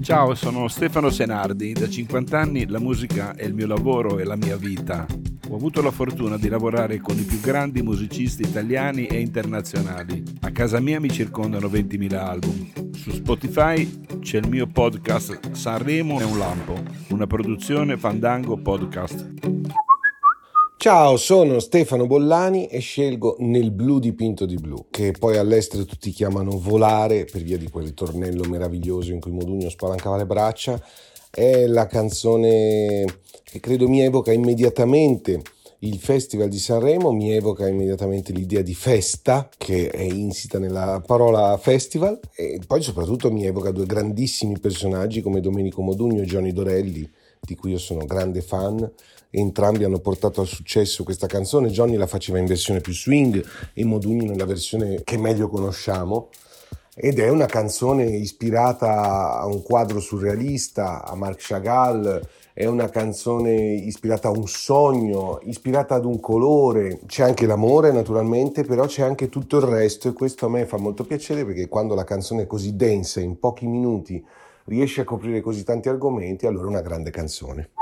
Ciao, sono Stefano Senardi. Da 50 anni la musica è il mio lavoro e la mia vita. Ho avuto la fortuna di lavorare con i più grandi musicisti italiani e internazionali. A casa mia mi circondano 20.000 album. Su Spotify c'è il mio podcast Sanremo è un lampo, una produzione Fandango Podcast. Ciao, sono Stefano Bollani e scelgo Nel blu dipinto di blu, che poi all'estero tutti chiamano Volare per via di quel ritornello meraviglioso in cui Modugno spalancava le braccia. È la canzone che credo mi evoca immediatamente il Festival di Sanremo, mi evoca immediatamente l'idea di festa che è insita nella parola festival, e poi soprattutto mi evoca due grandissimi personaggi come Domenico Modugno e Johnny Dorelli, di cui io sono grande fan. Entrambi hanno portato al successo questa canzone. Johnny la faceva in versione più swing e Modugno nella versione che meglio conosciamo, ed è una canzone ispirata a un quadro surrealista, a Marc Chagall. È una canzone ispirata a un sogno, ispirata ad un colore. C'è anche l'amore naturalmente, però c'è anche tutto il resto, e questo a me fa molto piacere, perché quando la canzone è così densa, in pochi minuti riesce a coprire così tanti argomenti, allora è una grande canzone.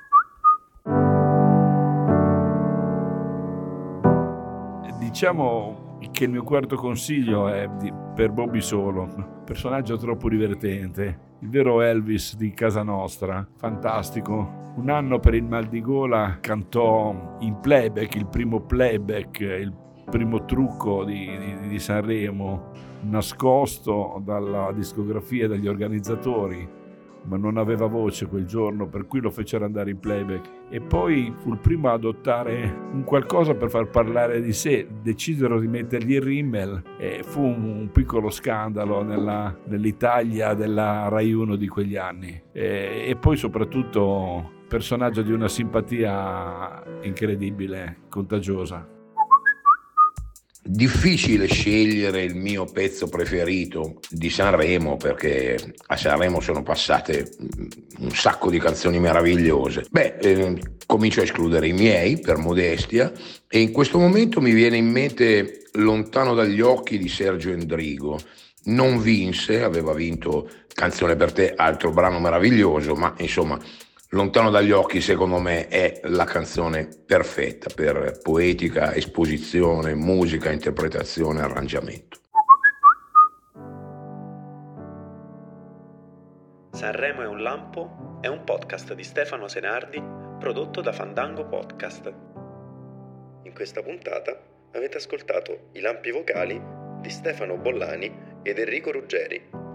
Diciamo che il mio quarto consiglio è per Bobby Solo, personaggio troppo divertente, il vero Elvis di casa nostra, fantastico. Un anno per il mal di gola cantò in playback, il primo playback, il primo trucco di Sanremo, nascosto dalla discografia e dagli organizzatori, ma non aveva voce quel giorno, per cui lo fecero andare in playback. E poi fu il primo a adottare un qualcosa per far parlare di sé. Decisero di mettergli il rimmel e fu un piccolo scandalo nell'Italia della Rai 1 di quegli anni. E poi soprattutto personaggio di una simpatia incredibile, contagiosa. Difficile scegliere il mio pezzo preferito di Sanremo, perché a Sanremo sono passate un sacco di canzoni meravigliose. Comincio a escludere i miei per modestia, e in questo momento mi viene in mente Lontano dagli occhi di Sergio Endrigo. Non vinse, aveva vinto Canzone per te, altro brano meraviglioso, ma insomma Lontano dagli occhi secondo me è la canzone perfetta per poetica, esposizione, musica, interpretazione, arrangiamento. Sanremo è un lampo è un podcast di Stefano Senardi prodotto da Fandango Podcast. In questa puntata avete ascoltato i lampi vocali di Stefano Bollani ed Enrico Ruggeri.